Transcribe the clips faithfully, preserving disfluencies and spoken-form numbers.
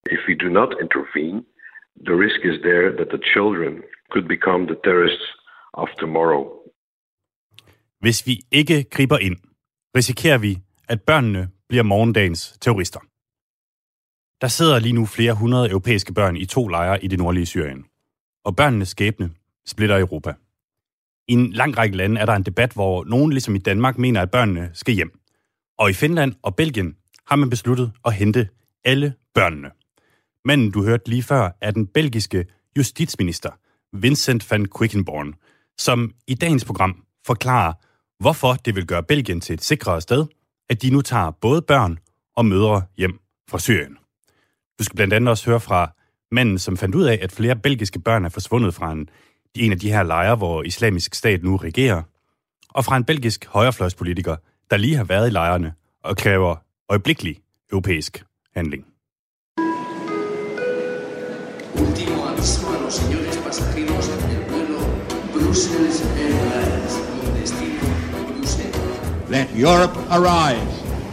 If we do not intervene, the risk is there that the children could become the terrorists of tomorrow. Hvis vi ikke griber ind, risikerer vi, at børnene bliver morgendagens terrorister. Der sidder lige nu flere hundrede europæiske børn i to lejre i det nordlige Syrien. Og børnenes skæbne splitter Europa. I en lang række lande er der en debat, hvor nogen ligesom i Danmark mener, at børnene skal hjem. Og i Finland og Belgien har man besluttet at hente alle børnene. Manden, du hørte lige før, er den belgiske justitsminister, Vincent van Quickenborne, som i dagens program forklarer, hvorfor det vil gøre Belgien til et sikrere sted, at de nu tager både børn og mødre hjem fra Syrien. Du skal blandt andet også høre fra manden, som fandt ud af, at flere belgiske børn er forsvundet fra en, en af de her lejre, hvor Islamisk Stat nu regerer, og fra en belgisk højrefløjspolitiker, der lige har været i lejrene og kræver øjeblikkelig europæisk handling. Último aviso a los señores pasajeros del vuelo Brussels Airlines con destino Bruselas. Let Europe arise.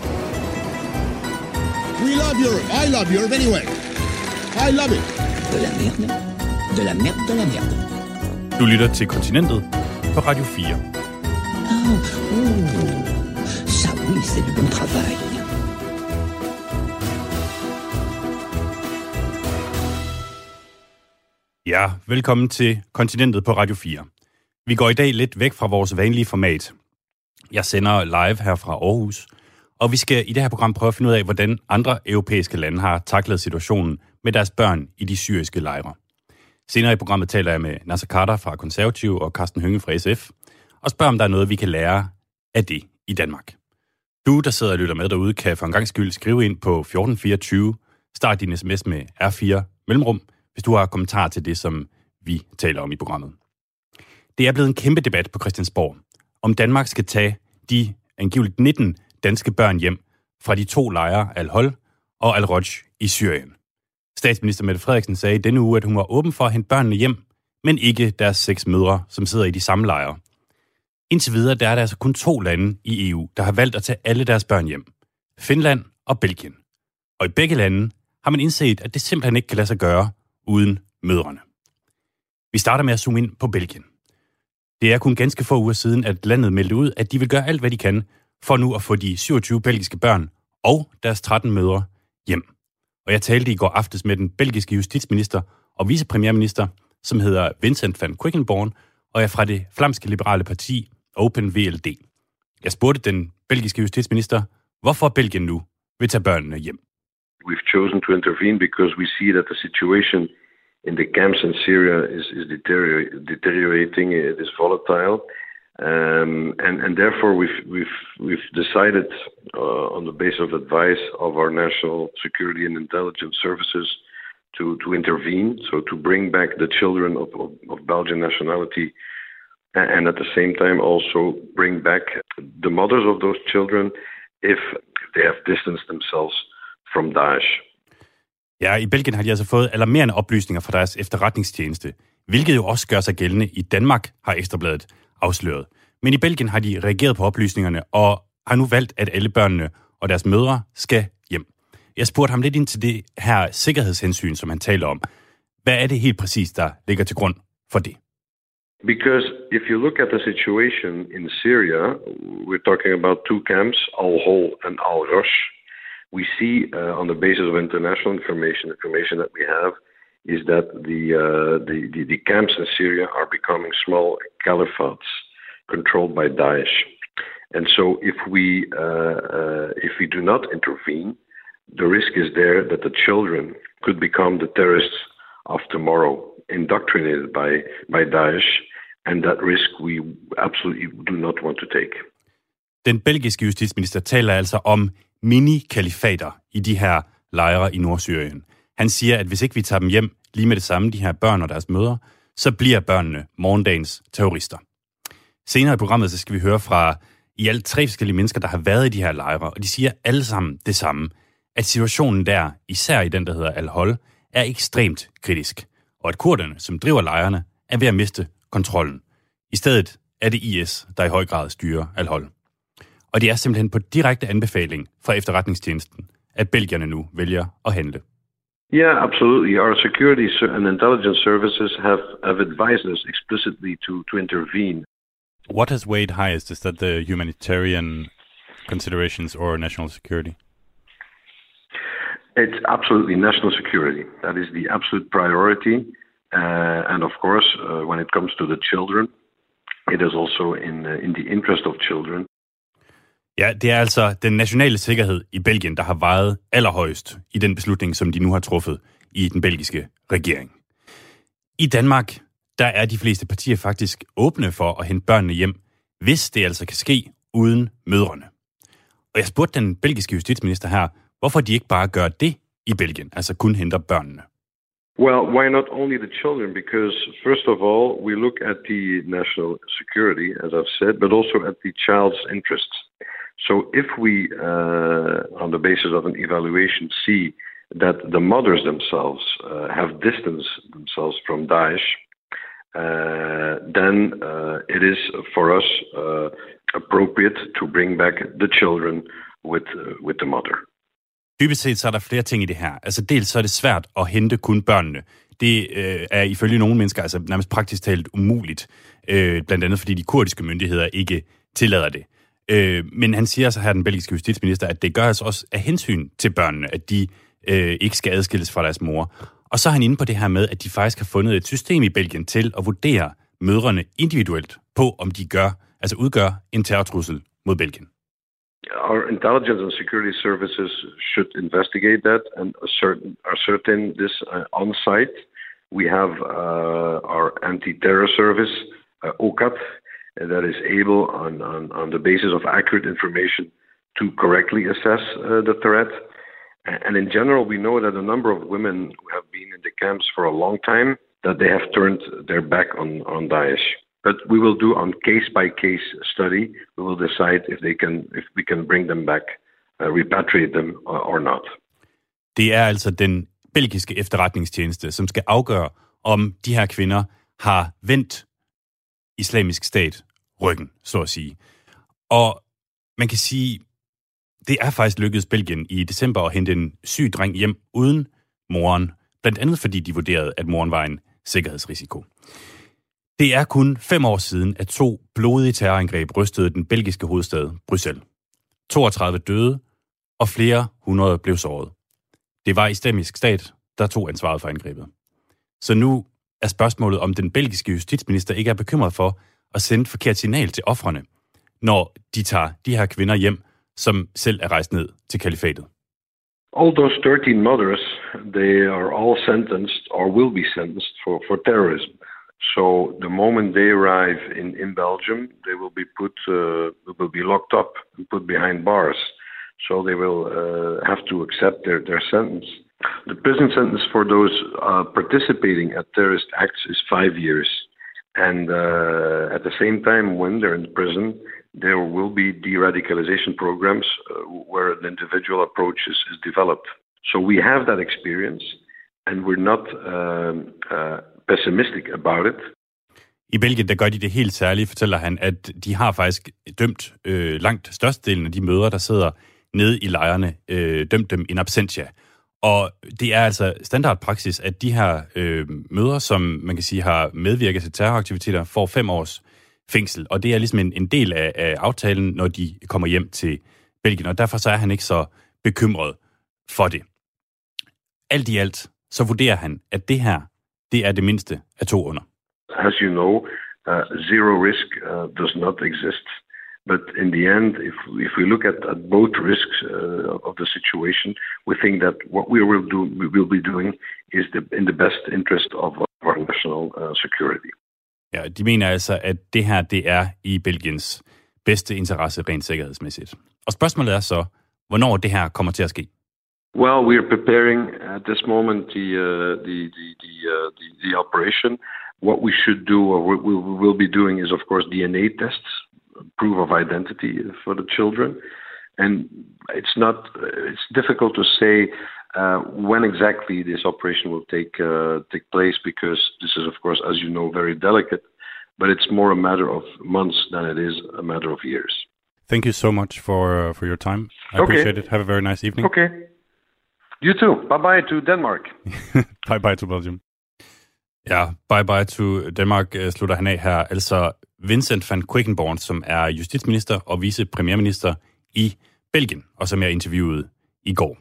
We love Europe. I love Europe anyway. I love it. De la merde. De la merde, de la merde. Du lytter til Kontinentet på Radio fire. Oh, oh. Ça oui, c'est du bon travail. Ja, velkommen til Kontinentet på Radio fire. Vi går i dag lidt væk fra vores vanlige format. Jeg sender live her fra Aarhus, og vi skal i det her program prøve at finde ud af, hvordan andre europæiske lande har taklet situationen med deres børn i de syriske lejre. Senere i programmet taler jeg med Naser Khader fra Konservative og Karsten Hønge fra S F, og spørger, om der er noget, vi kan lære af det i Danmark. Du, der sidder og lytter med derude, kan for en gang skyld skrive ind på fjorten fireogtyve, start din sms med R fire mellemrum, hvis du har kommentarer til det, som vi taler om i programmet. Det er blevet en kæmpe debat på Christiansborg, om Danmark skal tage de angiveligt nitten danske børn hjem fra de to lejre Al-Hol og Al-Roj i Syrien. Statsminister Mette Frederiksen sagde i denne uge, at hun var åben for at hente børnene hjem, men ikke deres seks mødre, som sidder i de samme lejre. Indtil videre der er der altså kun to lande i E U, der har valgt at tage alle deres børn hjem. Finland og Belgien. Og i begge lande har man indset, at det simpelthen ikke kan lade sig gøre uden mødrene. Vi starter med at zoome ind på Belgien. Det er kun ganske få uger siden, at landet meldte ud, at de vil gøre alt, hvad de kan, for nu at få de syvogtyve belgiske børn og deres tretten mødre hjem. Og jeg talte i går aftes med den belgiske justitsminister og vicepremierminister, som hedder Vincent van Quickenborne, og er fra det flamske liberale parti Open V L D. Jeg spurgte den belgiske justitsminister, hvorfor Belgien nu vil tage børnene hjem. We've chosen to intervene because we see that the situation in the camps in Syria is, is deteriorating, it is volatile, um, and, and therefore we've, we've, we've decided uh, on the basis of advice of our national security and intelligence services to, to intervene, so to bring back the children of, of, of Belgian nationality, and at the same time also bring back the mothers of those children if they have distanced themselves from Daesh. Ja, i Belgien har de altså fået alarmerende oplysninger fra deres efterretningstjeneste, hvilket jo også gør sig gældende i Danmark, har Ekstrabladet afsløret. Men i Belgien har de reageret på oplysningerne og har nu valgt, at alle børnene og deres mødre skal hjem. Jeg spurgte ham lidt ind til det her sikkerhedshensyn, som han taler om. Hvad er det helt præcis, der ligger til grund for det? Because if you look at the situation in Syria, we're talking about two camps, Al-Hol and Al-Roj. We see uh, on the basis of international information, information that we have, is that the, uh, the, the the camps in Syria are becoming small caliphates controlled by Daesh. And so, if we uh, uh, if we do not intervene, the risk is there that the children could become the terrorists of tomorrow, indoctrinated by by Daesh, and that risk we absolutely do not want to take. Den belgiske justitsminister taler altså om mini-kalifater i de her lejre i Nordsyrien. Han siger, at hvis ikke vi tager dem hjem lige med det samme, de her børn og deres mødre, så bliver børnene morgendagens terrorister. Senere i programmet så skal vi høre fra i alt tre forskellige mennesker, der har været i de her lejre, og de siger alle sammen det samme, at situationen der, især i den, der hedder Al-Hol, er ekstremt kritisk, og at kurderne, som driver lejrene, er ved at miste kontrollen. I stedet er det I S, der i høj grad styrer Al-Hol. Og det er simpelthen på direkte anbefaling fra efterretningstjenesten, at belgierne nu vælger at handle. Yeah, absolutely. Our security and intelligence services have, have advised us explicitly to, to intervene. What has weighed highest? Is that the humanitarian considerations or national security? It's absolutely national security. That is the absolute priority. Uh, and of course, uh, when it comes to the children, it is also in, uh, in the interest of children. Ja, det er altså den nationale sikkerhed i Belgien, der har vejet allerhøjst i den beslutning, som de nu har truffet i den belgiske regering. I Danmark, der er de fleste partier faktisk åbne for at hente børnene hjem, hvis det altså kan ske uden mødrene. Og jeg spurgte den belgiske justitsminister her, hvorfor de ikke bare gør det i Belgien, altså kun henter børnene. Well, why not only the children? Because first of all, we look at the national security, as I've said, but also at the child's interests. So if we, uh, on the basis of an evaluation, see that the mothers themselves uh, have distanced themselves from Daesh, uh, then uh, it is for us uh, appropriate to bring back the children with, uh, with the mother. Dybest set så er der flere ting i det her. Altså dels så er det svært at hente kun børnene. Det øh, er ifølge nogle mennesker altså nærmest praktisk talt umuligt. Øh, blandt andet fordi de kurdiske myndigheder ikke tillader det. Øh, men han siger så her, den belgiske justitsminister, at det gør altså også af hensyn til børnene, at de øh, ikke skal adskilles fra deres mor. Og så er han inde på det her med, at de faktisk har fundet et system i Belgien til at vurdere mødrene individuelt på, om de gør, altså udgør en terrortrussel mod Belgien. Our intelligence and security services should investigate that and ascertain, ascertain this uh, on site. We have uh, our anti-terror service, uh, O C A T, that is able, on, on, on the basis of accurate information, to correctly assess uh, the threat. And in general, we know that a number of women who have been in the camps for a long time, that they have turned their back on, on Daesh. But we will do on case-by-case study. We will decide if they can, if we can bring them back, uh, repatriate them or, or not. Det er altså den belgiske efterretningstjeneste, som skal afgøre, om de her kvinder har vendt Islamisk Stat ryggen, så at sige. Og man kan sige, det er faktisk lykkedes Belgien i december at hente en syg dreng hjem uden moren, blandt andet fordi de vurderede, at moren var en sikkerhedsrisiko. Det er kun fem år siden, at to blodige terrorangreb rystede den belgiske hovedstad, Bruxelles. toogtredive døde, og flere hundrede blev såret. Det var Islamisk Stat, der tog ansvaret for angrebet. Så nu er spørgsmålet, om den belgiske justitsminister ikke er bekymret for at sende et forkert signal til ofrene, når de tager de her kvinder hjem, som selv er rejst ned til kalifatet. All those thirteen mothers, they are all sentenced or will be sentenced for, for terrorism. So the moment they arrive in, in Belgium, they will be put, uh, will be locked up and put behind bars. So they will uh, have to accept their, their sentence. The prison sentence for those uh, participating at terrorist acts is five years. And uh, at the same time, when they're in prison, there will be de-radicalization programs uh, where an individual approach is, is developed. So we have that experience, and we're not um, uh, pessimistic about it. I Belgien, der gør de det helt særligt, fortæller han, at de har faktisk dømt øh, langt størstedelen af de mødre, der sidder nede i lejrene, øh, dømt dem in absentia. Og det er altså standardpraksis, at de her øh, mødre, som man kan sige har medvirket til terroraktiviteter, får fem års fængsel. Og det er ligesom en, en del af, af aftalen, når de kommer hjem til Belgien. Og derfor så er han ikke så bekymret for det. Alt i alt, så vurderer han, at det her, det er det mindste af to under. As you know, uh, zero risk uh, does not exist. But in the end, if if we look at, at both risks uh, of the situation, we think that what we will do, we will be doing, is the, in the best interest of our national uh, security. Ja, de mener altså, at det her, det er i Belgiens bedste interesse rent sikkerhedsmæssigt. Og spørgsmålet er så, hvornår det her kommer til at ske? Well, we are preparing at this moment the uh, the the the, uh, the the operation. What we should do, or we will be doing, is of course D N A tests, proof of identity for the children, and it's not it's difficult to say uh, when exactly this operation will take uh, take place, because this is of course, as you know, very delicate, but it's more a matter of months than it is a matter of years. Thank you so much for uh, for your time. I okay. appreciate it. Have a very nice evening. Okay. You too. Bye-bye to Denmark. Bye-bye to Belgium. Ja, bye-bye to Denmark uh, slutter han af her. Altså Vincent van Quickenborne, som er justitsminister og vicepremierminister i Belgien, og som jeg interviewede i går.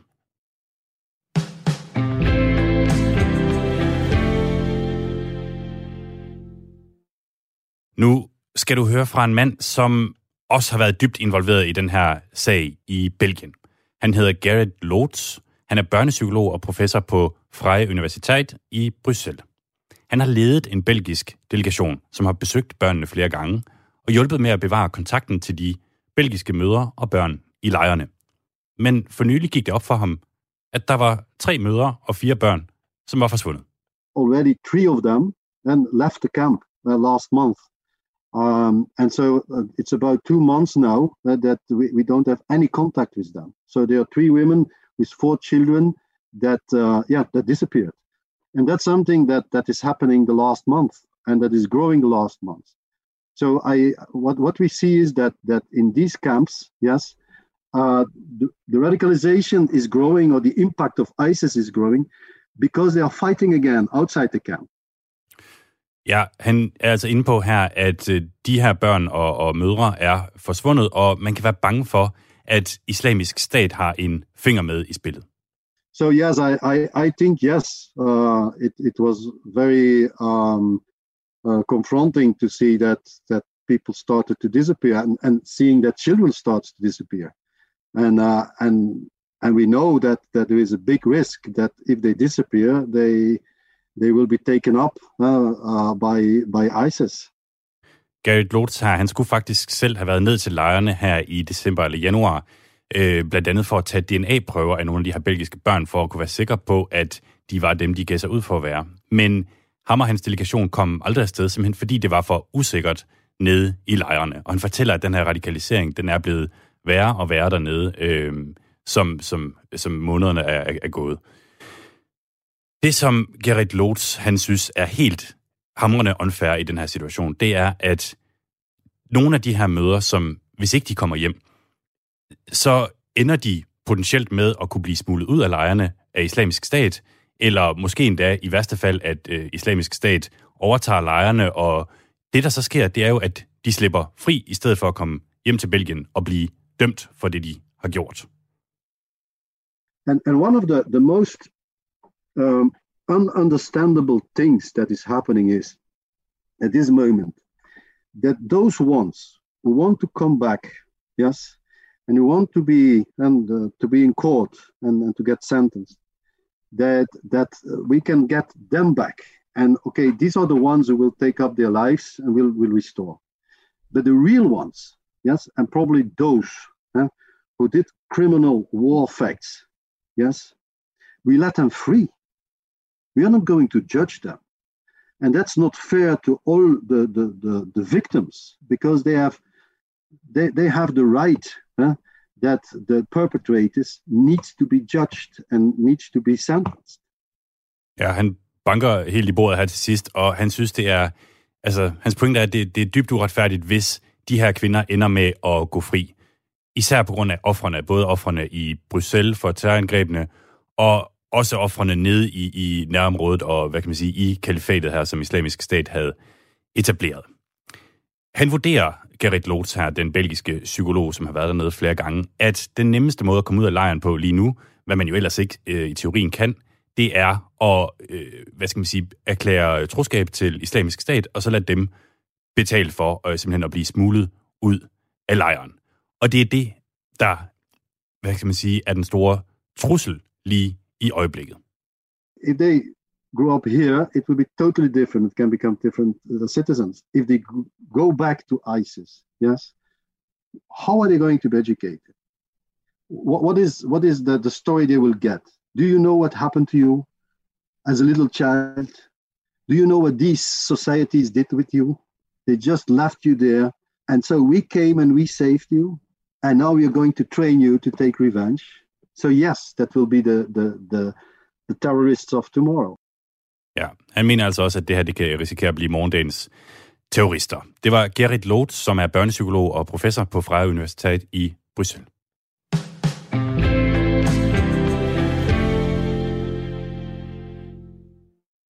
Nu skal du høre fra en mand, som også har været dybt involveret i den her sag i Belgien. Han hedder Gerrit Loots. Han er børnepsykolog og professor på Vrije Universiteit i Bruxelles. Han har ledet en belgisk delegation, som har besøgt børnene flere gange og hjulpet med at bevare kontakten til de belgiske mødre og børn i lejrene. Men for nylig gik det op for ham, at der var tre mødre og fire børn, som var forsvundet. Already three of them then left the camp uh, last month. Um, and so uh, it's about two months now uh, that we, we don't have any contact with them. So there are three women with four children that, uh, yeah, that disappeared. And that's something that, that is happening the last month and that is growing the last month. So I, what, what we see is that, that in these camps, yes, uh, the, the radicalization is growing, or the impact of ISIS is growing, because they are fighting again outside the camp. Ja, han er altså inde på her, at de her børn og, og mødre er forsvundet, og man kan være bange for, at Islamisk Stat har en finger med i spillet. So yes, I, I, I think yes, uh, it, it was very um, uh, confronting to see that that people started to disappear, and, and seeing that children start to disappear, and uh, and and we know that that there is a big risk that if they disappear, they they will be taken up uh, uh, by by ISIS. Gerrit Loots her, han skulle faktisk selv have været ned til lejrene her i december eller januar, øh, blandt andet for at tage D N A-prøver af nogle af de her belgiske børn, for at kunne være sikre på, at de var dem, de gav sig ud for at være. Men ham og hans delegation kom aldrig afsted, simpelthen fordi det var for usikkert nede i lejrene. Og han fortæller, at den her radikalisering, den er blevet værre og værre dernede, øh, som, som, som månederne er, er gået. Det, som Gerrit Loots, han synes er helt hamrende unfair i den her situation, det er, at nogle af de her mødre, som hvis ikke de kommer hjem, så ender de potentielt med at kunne blive smuglet ud af lejrene af Islamisk Stat, eller måske endda i værste fald, at øh, Islamisk Stat overtager lejrene, og det, der så sker, det er jo, at de slipper fri, i stedet for at komme hjem til Belgien og blive dømt for det, de har gjort. And, and one of the, the most um, ununderstandable things that is happening is, at this moment, that those ones who want to come back, yes, and who want to be and uh, to be in court and, and to get sentenced, that that we can get them back. And okay, these are the ones who will take up their lives and will will restore. But the real ones, yes, and probably those uh, who did criminal war facts, yes, we let them free. We are not going to judge them. And that's not fair to all the, the, the, the victims, because they have they, they have the right uh, that the perpetrators needs to be judged and needs to be sentenced. Ja, han banker helt i bordet her til sidst, og han synes, det er, altså, hans pointe er, at det, det er dybt uretfærdigt, hvis de her kvinder ender med at gå fri. Især på grund af ofrene, både ofrene i Bruxelles for terrorangrebene, og også ofrene nede i, i nærområdet og, hvad kan man sige, i kalifatet her, som Islamisk Stat havde etableret. Han vurderer, Gerrit Loots her, den belgiske psykolog, som har været dernede flere gange, at den nemmeste måde at komme ud af lejren på lige nu, hvad man jo ellers ikke øh, i teorien kan, det er at, øh, hvad skal man sige, erklære troskab til Islamisk Stat, og så lade dem betale for øh, simpelthen at blive smuglet ud af lejren. Og det er det, der, hvad skal man sige, er den store trussel lige i øjeblikket. If they grow up here, it will be totally different. It can become different uh, citizens. If they go back to ISIS, yes, how are they going to be educated? What, what is what is the, the story they will get? Do you know what happened to you as a little child? Do you know what these societies did with you? They just left you there, and so we came and we saved you, and now we are going to train you to take revenge. So yes, that will be the the the, the terrorists of tomorrow. Ja, han mener altså også, at det her det kan risikere at blive morgendagens terrorister. Det var Gerrit Loots, som er børnepsykolog og professor på Vrije Universiteit i Bruxelles.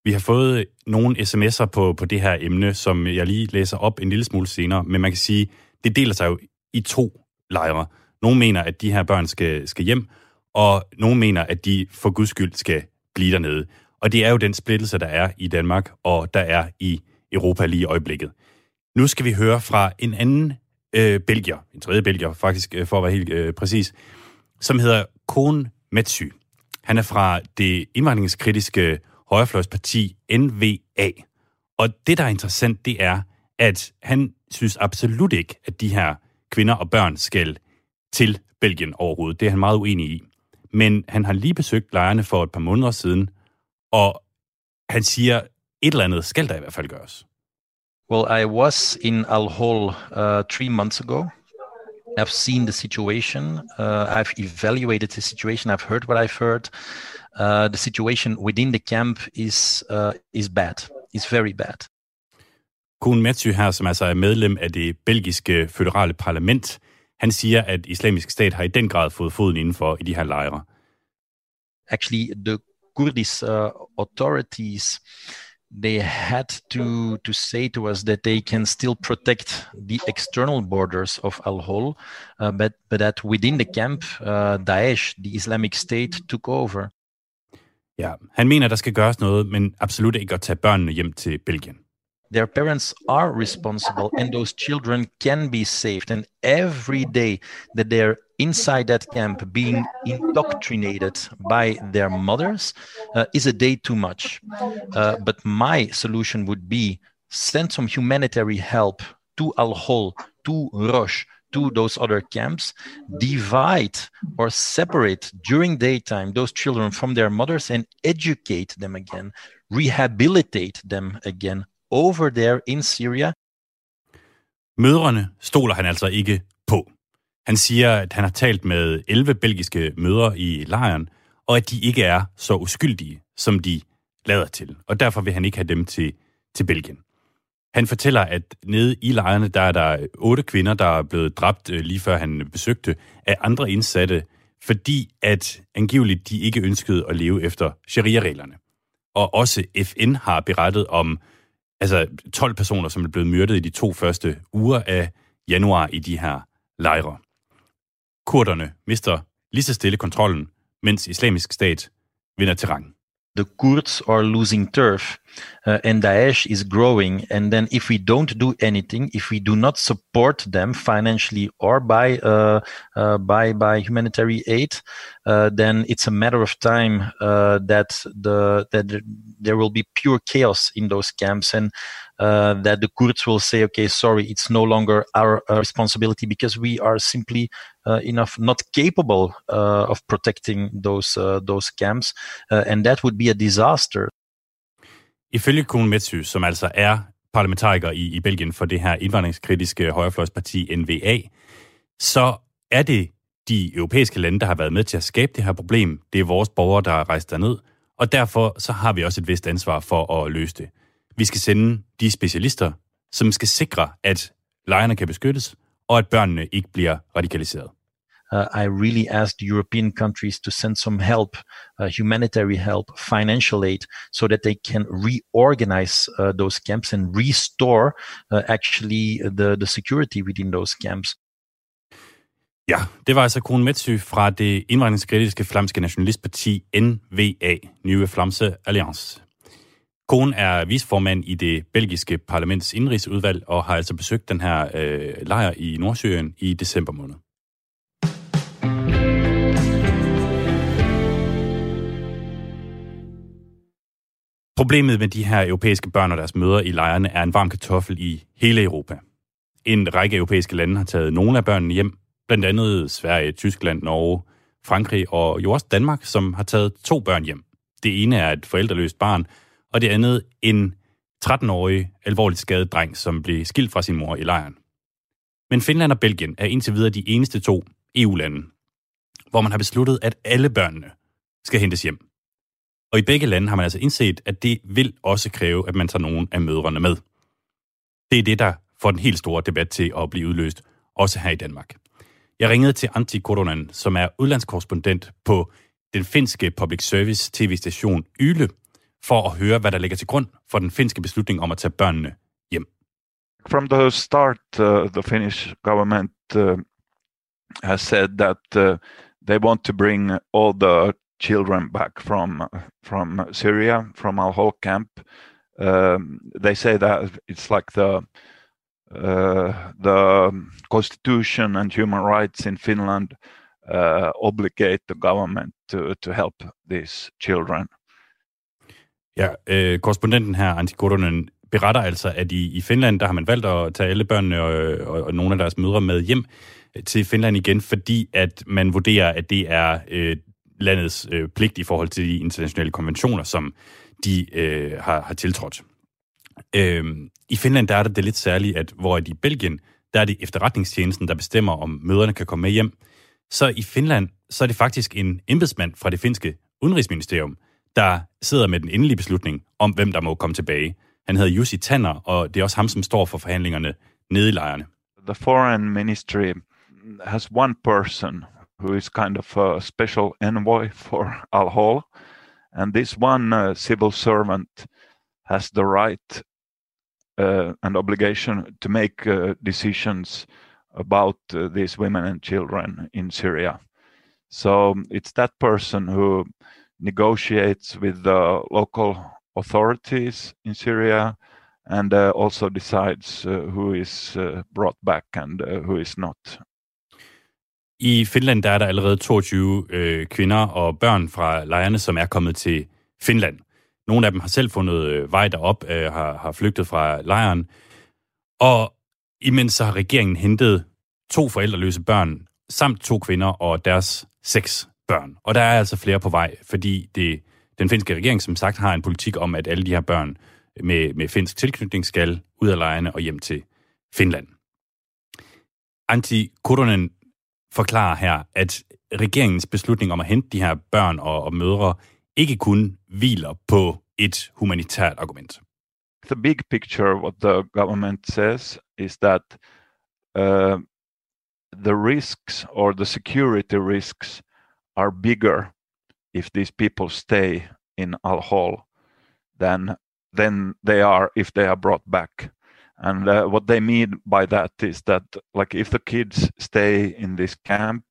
Vi har fået nogle sms'er på, på det her emne, som jeg lige læser op en lille smule senere, men man kan sige, det deler sig jo i to lejre. Nogle mener, at de her børn skal, skal hjem, og nogle mener, at de for guds skyld skal blive dernede. Og det er jo den splittelse, der er i Danmark, og der er i Europa lige i øjeblikket. Nu skal vi høre fra en anden øh, belgier, en tredje belgier faktisk, for at være helt øh, præcis, som hedder Koen Metsy. Han er fra det indvandringskritiske højrefløjsparti N V A. Og det, der er interessant, det er, at han synes absolut ikke, at de her kvinder og børn skal til Belgien overhovedet. Det er han meget uenig i. Men han har lige besøgt lejrene for et par måneder siden, og han siger, et eller andet skal der i hvert fald gøres. Well, I was in Al-Hol uh, three months ago. I've seen the situation. Uh, I've evaluated the situation. I've heard what I've heard. Uh, the situation within the camp is uh, is bad. It's very bad. Koen Metsy her, som altså er medlem af det belgiske føderale parlament, han siger, at Islamisk Stat har i den grad fået foden indenfor i de her lejre. Actually, the Kurdish uh, authorities, they had to to say to us that they can still protect the external borders of Al-Hol, uh, but but that within the camp, uh, Daesh, the Islamic State, took over. Ja, han mener, der skal gøres noget, men absolut ikke at tage børnene hjem til Belgien. Their parents are responsible, and those children can be saved. And every day that they're inside that camp being indoctrinated by their mothers uh, is a day too much. Uh, but my solution would be send some humanitarian help to Al-Hol, to Rosh, to those other camps, divide or separate during daytime those children from their mothers and educate them again, rehabilitate them again over there in Syria. Mødrene stoler han altså ikke på. Han siger, at han har talt med elleve belgiske mødre i lejren, og at de ikke er så uskyldige, som de lader til. Og derfor vil han ikke have dem til, til Belgien. Han fortæller, at nede i lejrene, der er der otte kvinder, der er blevet dræbt lige før han besøgte af andre indsatte, fordi at angiveligt de ikke ønskede at leve efter sharia-reglerne. Og også F N har berettet om altså tolv personer, som er blevet myrdet i de to første uger af januar i de her lejre. Kurderne mister lige så stille kontrollen, mens Islamisk Stat vinder terræn. The Kurds are losing turf, uh, and Daesh is growing. And then if we don't do anything, if we do not support them financially or by uh, uh, by by humanitarian aid, uh, then it's a matter of time uh, that the that there will be pure chaos in those camps, and uh, that the Kurds will say, okay, sorry, it's no longer our uh, responsibility because we are simply uh, enough not capable uh, of protecting those uh, those camps, uh, and that would be a disaster. Ifølge Koen Metsy, som altså er parlamentariker i, i Belgien for det her indvandringskritiske højrefløjsparti N V A, så er det de europæiske lande, der har været med til at skabe det her problem. Det er vores borgere, der er rejst derned, og derfor så har vi også et vist ansvar for at løse det. Vi skal sende de specialister, som skal sikre, at lejrene kan beskyttes, og at børnene ikke bliver radikaliseret. Uh, I really ask the European countries to send some help, uh, humanitarian help, financial aid, so that they can reorganize uh, those camps and restore uh, actually the, the security within those camps. Ja, det var altså Koen Metsy fra det indvandringskritiske flamske nationalistparti N V A, Nieuwe Vlaamse Alliance. Koen er viceformand i det belgiske parlaments indrigsudvalg og har altså besøgt den her øh, lejr i Nordsyrien i december måned. Problemet med de her europæiske børn og deres mødre i lejrene er en varm kartoffel i hele Europa. En række europæiske lande har taget nogle af børnene hjem, blandt andet Sverige, Tyskland, Norge, Frankrig og jo også Danmark, som har taget to børn hjem. Det ene er et forældreløst barn, og det andet en tretten-årig alvorligt skadet dreng, som blev skilt fra sin mor i lejren. Men Finland og Belgien er indtil videre de eneste to E U-lande, hvor man har besluttet, at alle børnene skal hentes hjem. Og i begge lande har man altså indset, at det vil også kræve, at man tager nogen af mødrene med. Det er det, der får den helt store debat til at blive udløst, også her i Danmark. Jeg ringede til Antti Koronen, som er udlandskorrespondent på den finske public service tv-station Yle, for at høre, hvad der ligger til grund for den finske beslutning om at tage børnene hjem. From the start, uh, the Finnish government uh, has said that uh, they want to bring all the children back from from Syria, from Al-Hol camp. Um, they say that it's like the uh, the constitution and human rights in Finland uh, obligate the government to to help these children. Ja, øh, korrespondenten her, Antti Kuronen, beretter altså, at i, i Finland, der har man valgt at tage alle børnene og, og, og nogle af deres mødre med hjem til Finland igen, fordi at man vurderer, at det er øh, landets øh, pligt i forhold til de internationale konventioner, som de øh, har, har tiltrådt. Øh, I Finland, der er det, det lidt særligt, at hvor i Belgien, der er det efterretningstjenesten, der bestemmer, om mødrene kan komme med hjem. Så i Finland, så er det faktisk en embedsmand fra det finske udenrigsministerium, der sidder med den endelige beslutning om, hvem der må komme tilbage. Han hedder Jussi Tanner, og det er også ham, som står for forhandlingerne nede i lejrene. The foreign ministry has one person who is kind of a special envoy for Al-Hol, and this one uh, civil servant has the right uh, and obligation to make uh, decisions about uh, these women and children in Syria. So it's that person who negotiates with the local authorities in Syria and uh, also decides uh, who is uh, brought back and uh, who is not. I Finland der er der allerede toogtyve øh, kvinder og børn fra lejrene, som er kommet til Finland. Nogle af dem har selv fundet øh, vej derop, øh, har, har flygtet fra lejren. Og imens så har regeringen hentet to forældreløse børn, samt to kvinder og deres seks børn. Og der er altså flere på vej, fordi det, den finske regering, som sagt, har en politik om, at alle de her børn med, med finsk tilknytning skal ud af lejrene og hjem til Finland. Antti Kuronen forklarer her, at regeringens beslutning om at hente de her børn og, og mødre ikke kun hviler på et humanitært argument. The big picture, what the government says, is that uh, the risks or the security risks are bigger if these people stay in Al-Hol than than they are if they are brought back. And uh, what they mean by that is that, like, if the kids stay in this camp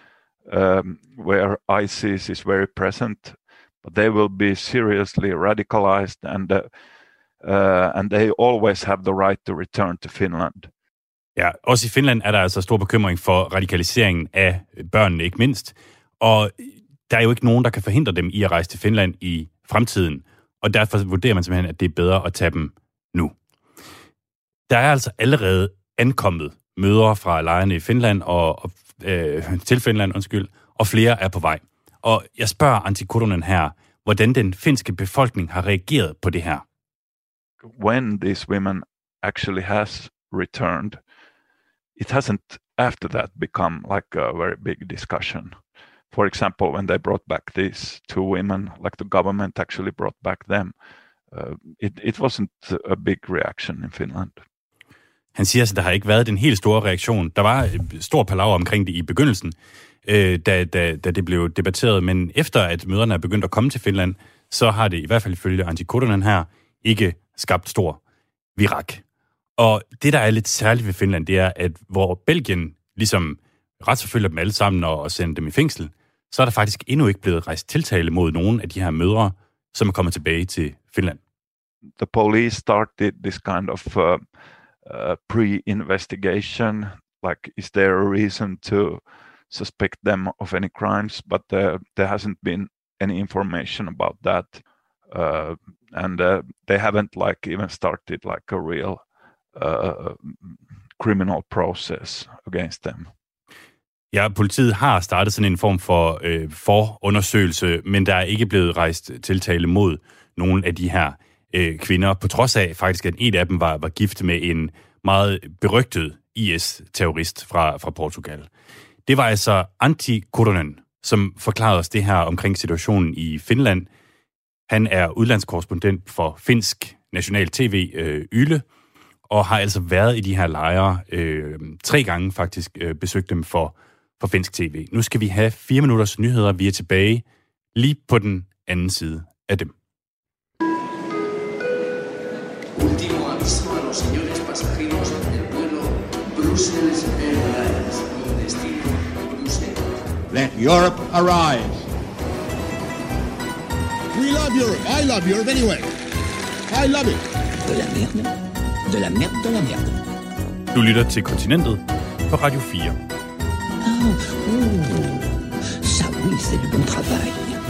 um, where ISIS is very present, but they will be seriously radicalized, and uh, uh, and they always have the right to return to Finland. Ja, også i Finland er der altså stor bekymring for radikaliseringen af børnene, ikke mindst. Og der er jo ikke nogen, der kan forhindre dem i at rejse til Finland i fremtiden. Og derfor vurderer man simpelthen, at det er bedre at tage dem nu. Der er altså allerede ankommet mødre fra lejrene i Finland og, og øh, til Finland, undskyld, og flere er på vej. Og jeg spørger Antti Kuronen her, hvordan den finske befolkning har reageret på det her. When these women actually has returned, it hasn't after that become like a very big discussion. For example, when they brought back these two women, like the government actually brought back them, uh, it, it wasn't a big reaction in Finland. Han siger, at der har ikke været den helt store reaktion. Der var en stor palaver omkring det i begyndelsen, øh, da, da, da det blev debatteret, men efter at mødrene er begyndt at komme til Finland, så har det i hvert fald ifølge Antti Kuronen her ikke skabt stor virak. Og det, der er lidt særligt ved Finland, det er, at hvor Belgien ligesom retsforfølger dem alle sammen og, og sender dem i fængsel, så er der faktisk endnu ikke blevet rejst tiltale mod nogen af de her mødre, som er kommet tilbage til Finland. The police started this kind of uh, uh, pre-investigation, like, is there a reason to suspect them of any crimes? But uh, there hasn't been any information about that. Uh, and uh, they haven't like even started like a real uh, criminal process against them. Ja, politiet har startet sådan en form for øh, forundersøgelse, men der er ikke blevet rejst tiltale mod nogle af de her øh, kvinder, på trods af faktisk, at en af dem var, var gift med en meget berygtet I S-terrorist fra, fra Portugal. Det var altså Antti Kuronen, som forklarede os det her omkring situationen i Finland. Han er udlandskorrespondent for finsk national tv øh, Yle, og har altså været i de her lejre øh, tre gange faktisk øh, besøgt dem for, for finsk tv. Nu skal vi have fire minutters nyheder. Vi er tilbage lige på den anden side af dem. aviso a los señores pasajeros del vuelo Brussels Airlines con destino Bruselas. Let Europe arise. We love Europe. I love Europe anyway. I love it. De la merde, de la merde, de la merde. Du lytter til Kontinentet på Radio fire. Oh, oh, ça oui, c'est du bon travail.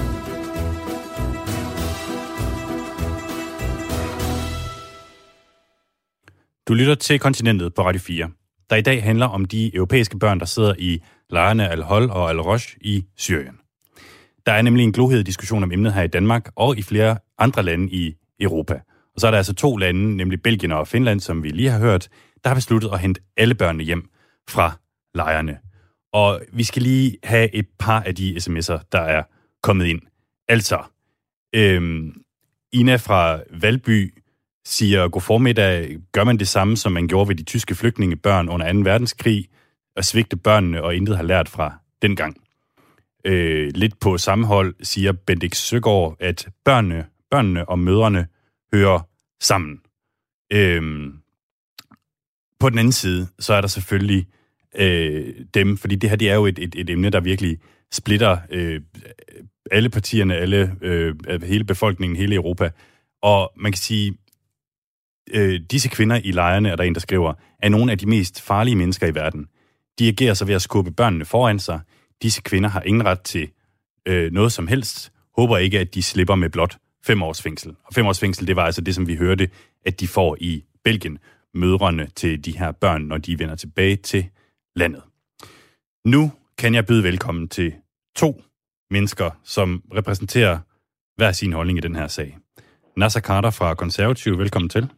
Du lytter til Kontinentet på Radio fire, der i dag handler om de europæiske børn, der sidder i lejrene Al-Hol og Al-Rosh i Syrien. Der er nemlig en glohed diskussion om emnet her i Danmark og i flere andre lande i Europa. Og så er der altså to lande, nemlig Belgien og Finland, som vi lige har hørt, der har besluttet at hente alle børnene hjem fra lejrene. Og vi skal lige have et par af de sms'er, der er kommet ind. Altså, øhm, Ina fra Valby siger, god formiddag, gør man det samme, som man gjorde ved de tyske flygtningebørn under anden verdenskrig, og svigte børnene og intet har lært fra dengang. Øh, lidt på samme hold siger Bendik Søgaard, at børnene, børnene og mødrene hører sammen. Øh, på den anden side, så er der selvfølgelig øh, dem, fordi det her det er jo et, et, et emne, der virkelig splitter øh, alle partierne, alle, øh, hele befolkningen, hele Europa. Og man kan sige, øh, disse kvinder i lejrene, er der en, der skriver, er nogle af de mest farlige mennesker i verden. De agerer sig ved at skubbe børnene foran sig. Disse kvinder har ingen ret til øh, noget som helst. Håber ikke, at de slipper med blot fem års fængsel. Og fem års fængsel, det var altså det, som vi hørte, at de får i Belgien. Mødrene til de her børn, når de vender tilbage til landet. Nu kan jeg byde velkommen til to mennesker, som repræsenterer hver sin holdning i den her sag. Naser Khader fra Konservative, velkommen til.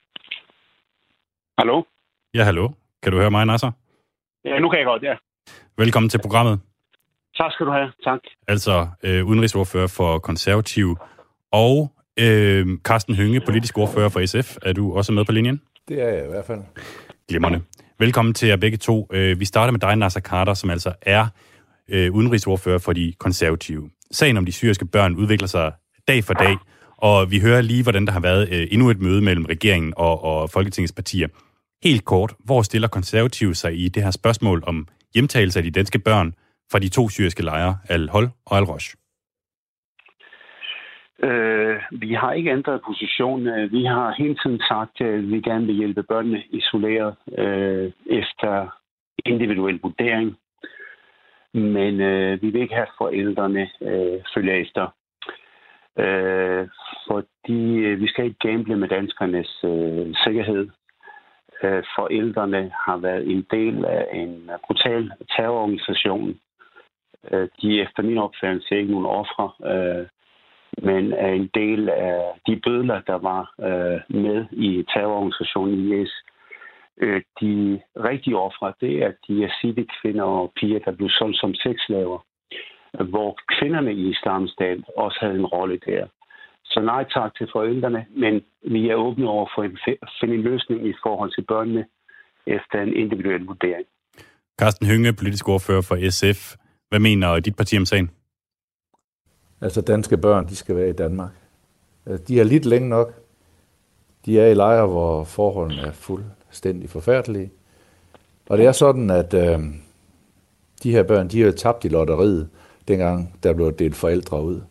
Hallo? Ja, hallo. Kan du høre mig, Naser? Ja, nu kan jeg godt, ja. Velkommen til programmet. Tak skal du have, tak. Altså øh, udenrigsordfører for Konservative og øh, Karsten Hønge, politisk ordfører for S F. Er du også med på linjen? Det er jeg i hvert fald. Glimrende. Velkommen til jer begge to. Vi starter med dig, Naser Khader, som altså er øh, udenrigsordfører for de konservative. Sagen om de syriske børn udvikler sig dag for dag, og vi hører lige, hvordan der har været øh, endnu et møde mellem regeringen og, og Folketingets partier. Helt kort, hvor stiller konservative sig i det her spørgsmål om hjemtagelse af de danske børn fra de to syriske lejre, Al-Hol og Al-Rosh? Øh, vi har ikke ændret position. Vi har hele tiden sagt, at vi gerne vil hjælpe børnene isoleret øh, efter individuel vurdering. Men øh, vi vil ikke have forældrene øh, følge efter. Øh, fordi vi skal ikke gamble med danskernes øh, sikkerhed. Øh, forældrene har været en del af en brutal terrororganisation. Øh, de er efter min opfattelse ikke nogen ofre. Øh, men er en del af de bødler, der var øh, med i terrororganisationen I S. Øh, de rigtige ofre, det er de yazidi-kvinder og piger, der blev solgt som sexslaver, hvor kvinderne i Islamisk Stat også havde en rolle der. Så nej tak til forældrene, men vi er åbne over for at finde en løsning i forhold til børnene efter en individuel vurdering. Karsten Hønge, politisk ordfører for S F. Hvad mener dit parti om sagen? Altså danske børn, de skal være i Danmark. De er lidt længe nok. De er i lejre, hvor forholdene er fuldstændig forfærdelige. Og det er sådan, at øh, de her børn, de har tabt i lotteriet, dengang der blev delt forældre ud.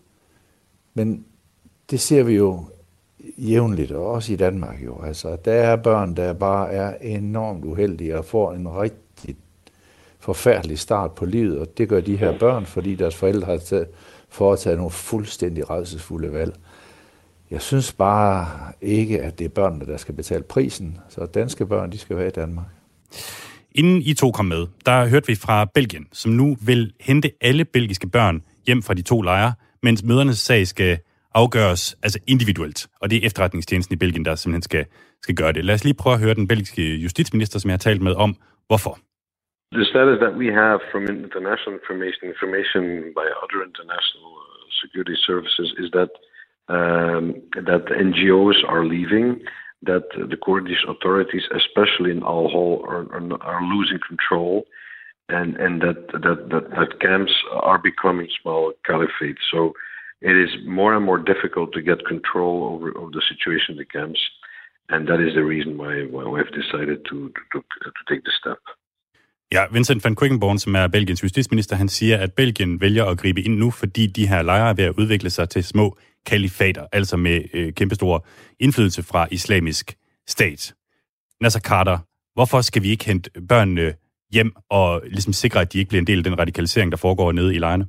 Men det ser vi jo jævnligt, og også i Danmark jo. Altså, der er børn, der bare er enormt uheldige og får en rigtig forfærdelig start på livet, og det gør de her børn, fordi deres forældre har taget, foretaget nogle fuldstændig rædselsfulde valg. Jeg synes bare ikke, at det er børnene, der skal betale prisen, så danske børn, de skal være i Danmark. Inden I to kom med, der hørte vi fra Belgien, som nu vil hente alle belgiske børn hjem fra de to lejre, mens mødernes sag skal afgøres altså individuelt, og det er efterretningstjenesten i Belgien, der simpelthen skal, skal gøre det. Lad os lige prøve at høre den belgiske justitsminister, som jeg har talt med, om hvorfor. The status that we have from international information, information by other international security services, is that um, that N G Os are leaving, that the Kurdish authorities, especially in Al-Hol, are, are, are losing control, and and that, that that that camps are becoming small caliphates. So it is more and more difficult to get control over, over the situation in the camps. And that is the reason why my wife decided to, to, to take the step. Ja, Vincent van Quickenborn, som er Belgiens justitsminister, han siger, at Belgien vælger at gribe ind nu, fordi de her lejre er ved at udvikle sig til små kalifater, altså med øh, kæmpestor indflydelse fra islamisk stat. Nasser Khader, hvorfor skal vi ikke hente børnene hjem og ligesom sikre, at de ikke bliver en del af den radikalisering, der foregår nede i lejrene?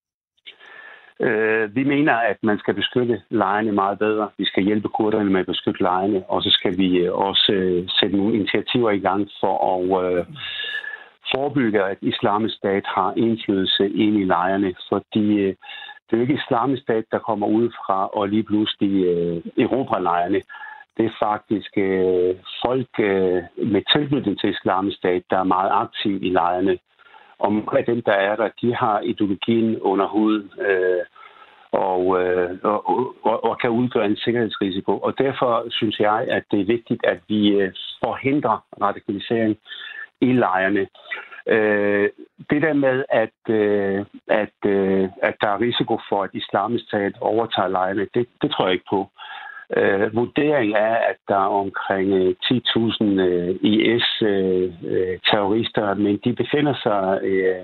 Øh, vi mener, at man skal beskytte lejrene meget bedre. Vi skal hjælpe kurderne med at beskytte lejrene, og så skal vi også øh, sætte nogle initiativer i gang for at øh, forebygge, at islamisk stat har indflydelse ind i lejrene, fordi øh, det er jo ikke islamisk stat, der kommer udefra og lige pludselig øh, erobrer lejrene. Det er faktisk øh, folk øh, med tilknytning til islamisk stat, der er meget aktive i lejrene. Og mange af dem, der er der, de har ideologien under huden øh, og, øh, og, og, og kan udgøre en sikkerhedsrisiko. Og derfor synes jeg, at det er vigtigt, at vi øh, forhindrer radikalisering i lejrene. Øh, det der med, at, øh, at, øh, at der er risiko for, at islamisk stat overtager lejrene, det, det tror jeg ikke på. Øh, vurdering er, at der er omkring øh, ti tusind øh, I S-terrorister, øh, men de befinder sig øh,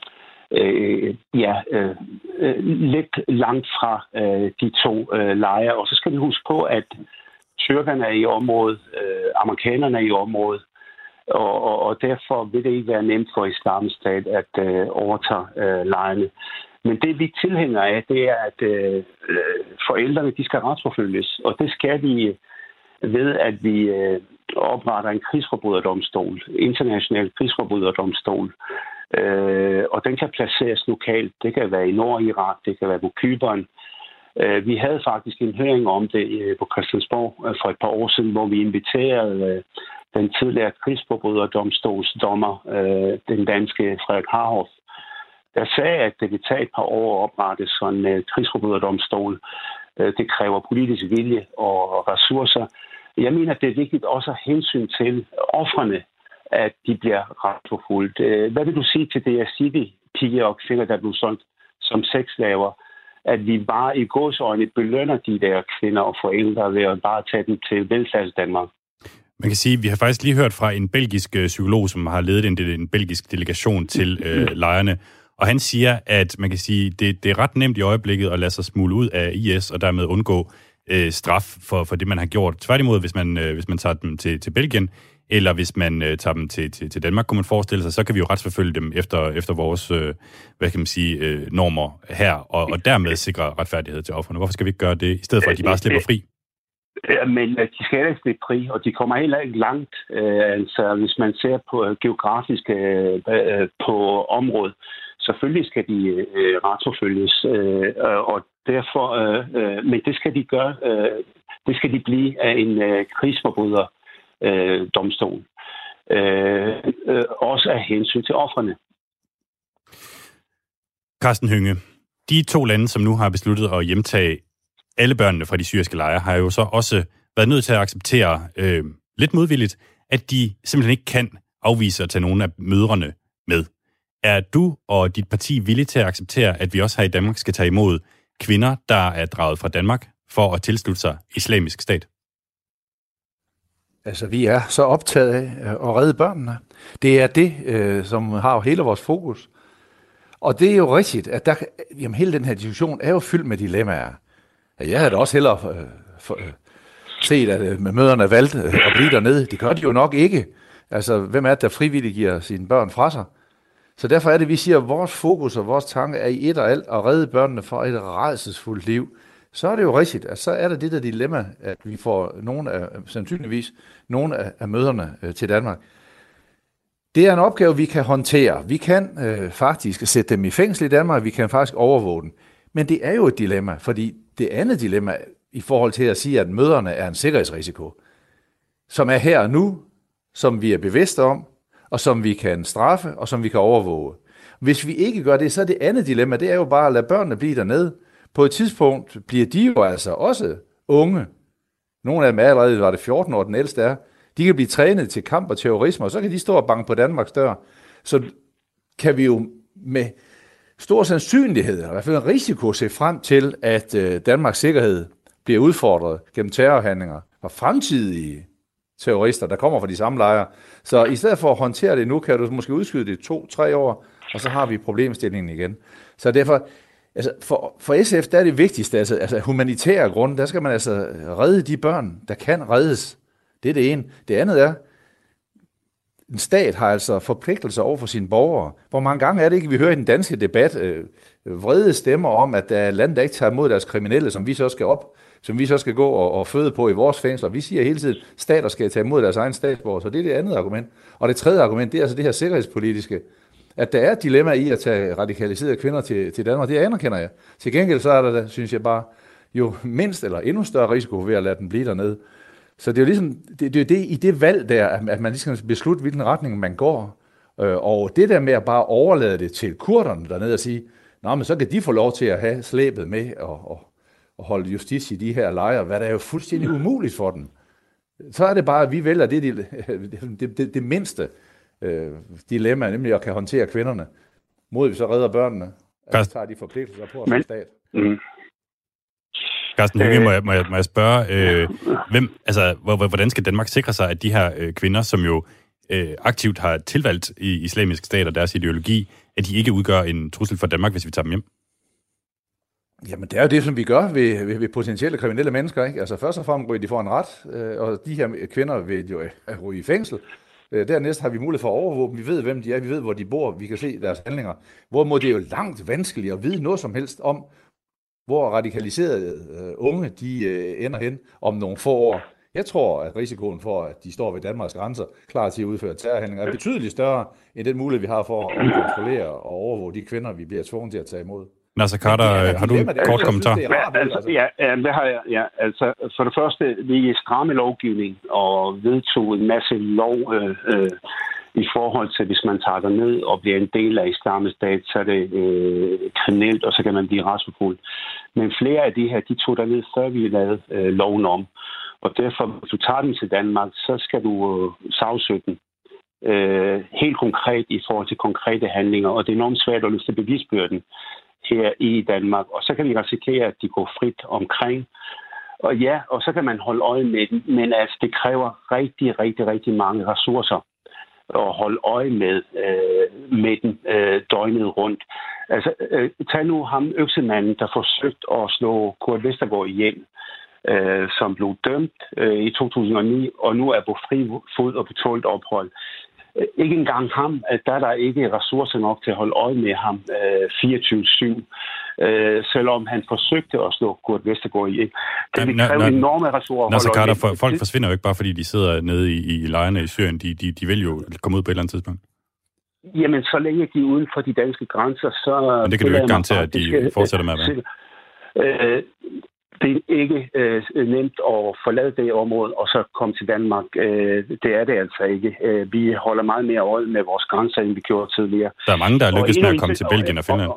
øh, ja, øh, øh, lidt langt fra øh, de to øh, lejre. Og så skal vi huske på, at tyrkerne er i området, øh, amerikanerne er i området, og, og, og derfor vil det ikke være nemt for islamisk stat at øh, overtage øh, lejrene. Men det, vi tilhænger af, det er, at øh, forældrene de skal retsforfølges. Og det skal vi ved, at vi øh, opretter en krigsforbryderdomstol, international krigsforbryderdomstol. Øh, og den kan placeres lokalt. Det kan være i Nordirak, det kan være på Cypern. Øh, vi havde faktisk en høring om det øh, på Christiansborg øh, for et par år siden, hvor vi inviterede øh, den tidligere krigsforbryderdomstolsdommer, øh, den danske Frederik Harhoff, der sagde, at det vil tage et par år at oprette sådan en uh, krigsforbryderdomstol. Uh, det kræver politisk vilje og ressourcer. Jeg mener, at det er vigtigt også at hensyn til ofrene, at de bliver retsforfulgt. Uh, hvad vil du sige til det, jeg siger, de piger og kvinder, der blev solgt som sexslaver, at vi bare i gåseøjne belønner de der kvinder og forældre ved at bare tage dem til velfærdsdanmark? Man kan sige, at vi har faktisk lige hørt fra en belgisk psykolog, som har ledet en, en belgisk delegation til øh, lejrene. Og han siger, at man kan sige, det, det er ret nemt i øjeblikket at lade sig smule ud af I S og dermed undgå øh, straf for, for det, man har gjort. Tværtimod, hvis man, øh, hvis man tager dem til, til Belgien, eller hvis man øh, tager dem til, til, til Danmark, kunne man forestille sig, så kan vi jo retsforfølge dem efter, efter vores øh, hvad kan man sige, øh, normer her, og, og dermed sikre retfærdighed til ofrene. Hvorfor skal vi ikke gøre det, i stedet for at de bare slipper fri? Ja, men de skal ikke slippe fri, og de kommer heller ikke langt. Øh, altså, hvis man ser på øh, geografisk øh, på området, selvfølgelig skal de øh, retsforfølges, øh, og derfor, øh, øh, men det skal de gøre, øh, det skal de blive af en øh, krigsforbryder øh, domstol. Øh, øh, også af hensyn til ofrene. Carsten Hønge, de to lande, som nu har besluttet at hjemtage alle børnene fra de syriske lejre, har jo så også været nødt til at acceptere øh, lidt modvilligt, at de simpelthen ikke kan afvise at tage nogle af mødrene med. Er du og dit parti villige til at acceptere, at vi også her i Danmark skal tage imod kvinder, der er draget fra Danmark for at tilslutte sig islamisk stat? Altså, vi er så optaget af at redde børnene. Det er det, øh, som har hele vores fokus. Og det er jo rigtigt, at der, jamen, hele den her diskussion er jo fyldt med dilemmaer. Jeg havde da også hellere øh, for, øh, set, at øh, mødrene valgte øh, at blive dernede. Det gør de jo nok ikke. Altså, hvem er det, der frivilligt giver sine børn fra sig? Så derfor er det, vi siger, at vores fokus og vores tanke er i et og alt at redde børnene fra et rædselsfuldt liv. Så er det jo rigtigt, at så er der det der dilemma, at vi får nogle af, sandsynligvis nogle af, af mødrene øh, til Danmark. Det er en opgave, vi kan håndtere. Vi kan øh, faktisk sætte dem i fængsel i Danmark, vi kan faktisk overvåge dem. Men det er jo et dilemma, fordi det andet dilemma i forhold til at sige, at mødrene er en sikkerhedsrisiko, som er her nu, som vi er bevidste om, og som vi kan straffe, og som vi kan overvåge. Hvis vi ikke gør det, så er det andet dilemma, det er jo bare at lade børnene blive dernede. På et tidspunkt bliver de jo altså også unge. Nogle af dem er allerede, var det fjorten år, den ældste er. De kan blive trænet til kamp og terrorisme, og så kan de stå og banke på Danmarks dør. Så kan vi jo med stor sandsynlighed, i hvert fald en risiko, se frem til, at Danmarks sikkerhed bliver udfordret gennem terrorhandlinger fra fremtidige terrorister, der kommer fra de samme lejre. Så i stedet for at håndtere det nu, kan du måske udskyde det to-tre år, og så har vi problemstillingen igen. Så derfor, altså for, for S F, der er det vigtigste, altså, altså humanitære grunde, der skal man altså redde de børn, der kan reddes. Det er det ene. Det andet er, en stat har altså forpligtelser over for sine borgere. Hvor mange gange er det ikke, vi hører i den danske debat øh, vrede stemmer om, at der er lande, der ikke tager imod deres kriminelle, som vi så skal op, som vi så skal gå og, og føde på i vores fængsler. Vi siger hele tiden, at stater skal tage imod deres egen statsborger, så det er det andet argument. Og det tredje argument, det er altså det her sikkerhedspolitiske, at der er et dilemma i at tage radikaliserede kvinder til, til Danmark. Det anerkender jeg. Til gengæld så er der, synes jeg bare, jo mindst eller endnu større risiko ved at lade den blive dernede. Så det er jo ligesom, det, det er det i det valg der, at man ligesom skal beslutte, hvilken retning man går. Og det der med at bare overlade det til kurderne dernede og sige, nå, men så kan de få lov til at have slæbet med og, og, og holde justits i de her lejre, hvad der er jo fuldstændig umuligt for dem. Så er det bare, at vi vælger det, det, det, det, det mindste øh, dilemma, nemlig at kan håndtere kvinderne, mod vi så redder børnene, at vi tager de forpligtelser på os som stat. Mm. Carsten Hønge, må jeg, må jeg, må jeg spørge, øh, hvem, altså, hvordan skal Danmark sikre sig, at de her øh, kvinder, som jo øh, aktivt har tilvalgt i islamisk stat og deres ideologi, at de ikke udgør en trussel for Danmark, hvis vi tager dem hjem? Jamen, det er jo det, som vi gør ved, ved, ved potentielle kriminelle mennesker, ikke? Altså, først og fremmest ryger de for en ret, øh, og de her kvinder vil jo øh, ryge i fængsel. Øh, dernæst har vi mulighed for at overvåge dem. Vi ved, hvem de er, vi ved, hvor de bor, vi kan se deres handlinger. Hvorimod det er jo langt vanskeligt at vide noget som helst om, hvor radikaliserede øh, unge de øh, ender hen om nogle få år. Jeg tror, at risikoen for, at de står ved Danmarks grænser, klar til at udføre terrorhandlinger, er betydeligt større end den mulighed, vi har for at kontrollere og overvåge de kvinder, vi bliver tvunget til at tage imod. Nasser Khader, ja, har du en kort kommentar? Ja, altså, ja, det har jeg. Ja, altså, for det første, vi er stramme lovgivning og vedtog en masse lov øh, øh, i forhold til, hvis man tager ned og bliver en del af islamisk stat, så er det øh, kriminelt, og så kan man blive retsforfulgt. Men flere af de her, de tog derned, før vi lavede øh, loven om. Og derfor, hvis du tager dem til Danmark, så skal du øh, sagsøge dem. Øh, helt konkret i forhold til konkrete handlinger, og det er enormt svært at løfte bevisbyrden her i Danmark. Og så kan vi risikere, at de går frit omkring. Og ja, og så kan man holde øje med dem, men altså, det kræver rigtig, rigtig, rigtig mange ressourcer at holde øje med, øh, med den øh, døgnet rundt. Altså, øh, tag nu ham øksemanden, der forsøgte at slå Kurt Vestergaard ihjel, øh, som blev dømt øh, i to tusind og ni, og nu er på fri fod og på tålt ophold. Øh, ikke engang ham, at der er der ikke ressourcer nok til at holde øje med ham øh, fireogtyve syv, øh, selvom han forsøgte at slå Kurt Vestergaard ihjel. Det vil kræve enorme ressourcer. Nasser Khader, for, folk forsvinder jo ikke bare, fordi de sidder nede i, i lejrene i Syrien. De, de, de vil jo komme ud på et eller andet tidspunkt. Jamen, så længe de er uden for de danske grænser, så... Men det kan du jo ikke garantere, at de fortsætter med at være. Øh, det er ikke øh, nemt at forlade det område, og så komme til Danmark. Øh, det er det altså ikke. Øh, vi holder meget mere øje med vores grænser, end vi gjorde tidligere. Der er mange, der er lykkedes med at komme til Belgien og Finland.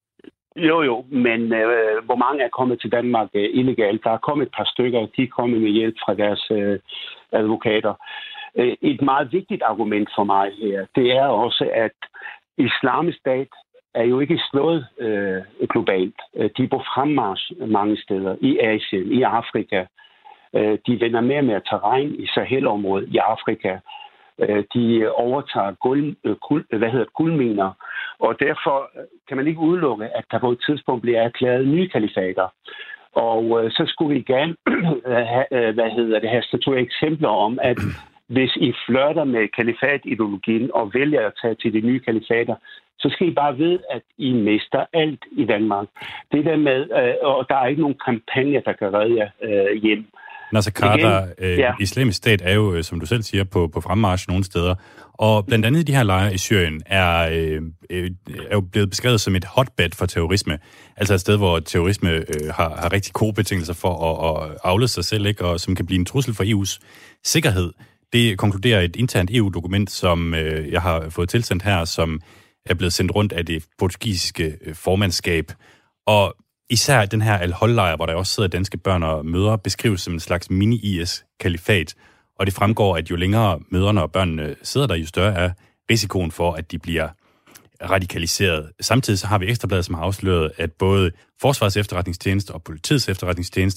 Jo, jo, men øh, hvor mange er kommet til Danmark øh, illegalt? Der er kommet et par stykker, de er kommet med hjælp fra deres øh, advokater. Øh, et meget vigtigt argument for mig her, det er også, at islamisk stat er jo ikke slået øh, globalt. De er på fremmarch mange steder, i Asien, i Afrika. Øh, de vender mere og mere terræn i Sahel-området i Afrika. Øh, de overtager guld, øh, guld, hvad hedder det, guldminer, og derfor kan man ikke udelukke, at der på et tidspunkt bliver erklæret nye kalifater. Og øh, så skulle vi gerne have, hvad hedder det, have statuere eksempler om, at hvis I flirter med kalifatideologien og vælger at tage til de nye kalifater, så skal I bare vide, at I mister alt i Danmark. Det der med, øh, og der er ikke nogen kampagne, der kan redde jer øh, hjem. Nasser Khader, øh, ja. Islamisk stat er jo, som du selv siger, på, på fremmarch nogle steder. Og blandt andet de her lejre i Syrien er, øh, øh, er jo blevet beskrevet som et hotbed for terrorisme. Altså et sted, hvor terrorisme øh, har, har rigtig gode betingelser for at, at aflede sig selv, ikke? Og som kan blive en trussel for E U's sikkerhed. Det konkluderer et internt E U-dokument, som øh, jeg har fået tilsendt her, som er blevet sendt rundt af det portugisiske øh, formandskab. Og især den her Al-Hol-lejr, hvor der også sidder danske børn og mødre, beskrives som en slags mini-I S-kalifat. Og det fremgår, at jo længere mødrene og børnene sidder der, jo større er risikoen for, at de bliver radikaliseret. Samtidig så har vi Ekstrabladet, som har afsløret, at både Forsvarets efterretningstjeneste og Politiets efterretningstjeneste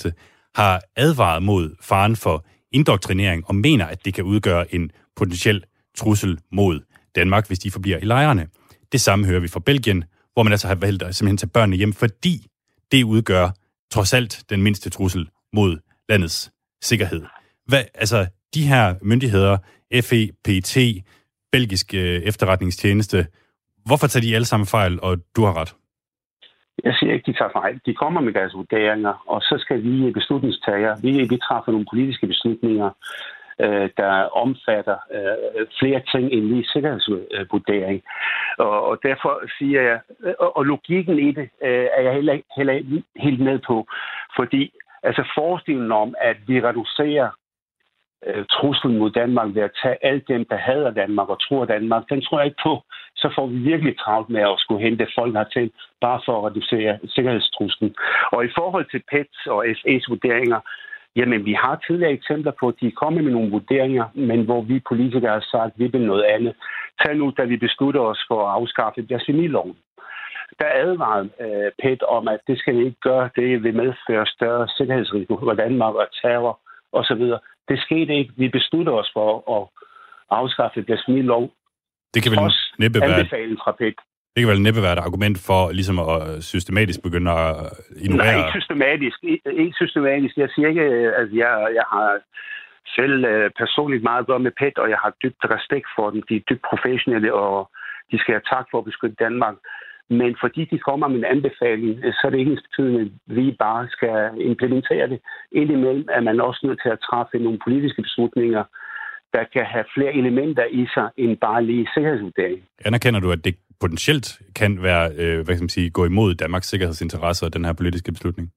har advaret mod faren for indoktrinering og mener, at det kan udgøre en potentiel trussel mod Danmark, hvis de forbliver i lejrene. Det samme hører vi fra Belgien, hvor man altså har valgt at simpelthen tage børnene hjem, fordi det udgør trods alt den mindste trussel mod landets sikkerhed. Hvad, altså, de her myndigheder, F E, P E T, belgisk øh, efterretningstjeneste, hvorfor tager de alle sammen fejl, og du har ret? Jeg siger ikke, de tager fejl. De kommer med deres vurderinger, og så skal vi beslutningstagere, vi, vi træffer nogle politiske beslutninger, øh, der omfatter øh, flere ting end lige sikkerhedsvurdering. Og, og derfor siger jeg, og, og logikken i det øh, er jeg heller, heller ikke helt med på, fordi altså forestillingen om, at vi reducerer øh, truslen mod Danmark ved at tage alle dem, der hader Danmark og tror Danmark, den tror jeg ikke på. Så får vi virkelig travlt med at skulle hente folk hertil, bare for at reducere sikkerhedstruslen. Og i forhold til P E T og F E's vurderinger, jamen vi har tidligere eksempler på, at de kommer med nogle vurderinger, men hvor vi politikere har sagt, at vi vil noget andet. Tag nu, da vi beslutter os for at afskaffe blasfemiloven. Der advarede øh, P E T om, at det skal vi ikke gøre, det vil medføre større sikkerhedsrisiko for Danmark og terror osv. Det skete ikke. Vi beslutter os for at afskaffe blasfemilov. Det kan vel næppe være, fra P E T. Det kan vel næppe være et argument for ligesom at systematisk begynde at ignorere... Nej, ikke systematisk. Ikke systematisk. Jeg siger ikke, at jeg, jeg har selv personligt meget at gøre med P E T, og jeg har dybt respekt for dem. De er dybt professionelle, og de skal have tak for at beskytte Danmark. Men fordi de kommer med en anbefaling, så er det ikke ensbetydende, at vi bare skal implementere det. Indimellem er man også nødt til at træffe nogle politiske beslutninger, der kan have flere elementer i sig end bare lige sikkerhedsvurdering. Anerkender du, at det potentielt kan være, øh, hvad kan man sige, gå imod Danmarks sikkerhedsinteresser og den her politiske beslutning?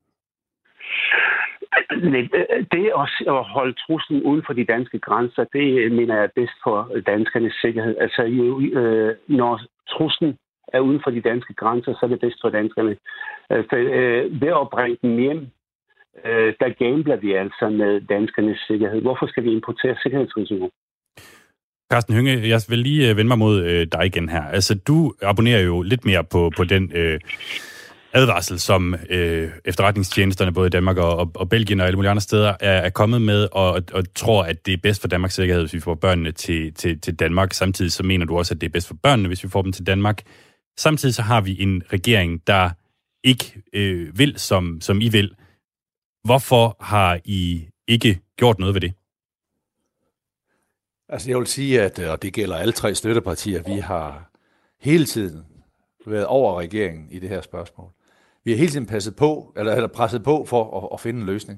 Det at holde truslen uden for de danske grænser, det mener jeg er bedst for danskernes sikkerhed. Altså, øh, når truslen er uden for de danske grænser, så er det bedst for danskerne. Altså, øh, ved at bringe dem hjem, øh, der gambler vi altså med danskernes sikkerhed. Hvorfor skal vi importere sikkerhedsrisiko? Carsten Hønge, jeg vil lige vende mig mod øh, dig igen her. Altså, du abonnerer jo lidt mere på, på den øh, advarsel, som øh, efterretningstjenesterne både i Danmark og, og, og Belgien og alle mulige andre steder er, er kommet med, og, og, og tror, at det er bedst for Danmarks sikkerhed, hvis vi får børnene til, til, til Danmark. Samtidig så mener du også, at det er bedst for børnene, hvis vi får dem til Danmark. Samtidig så har vi en regering, der ikke øh, vil, som, som I vil. Hvorfor har I ikke gjort noget ved det? Altså jeg vil sige, at, og det gælder alle tre støttepartier, vi har hele tiden været over regeringen i det her spørgsmål. Vi har hele tiden passet på, eller, eller presset på for at, at finde en løsning.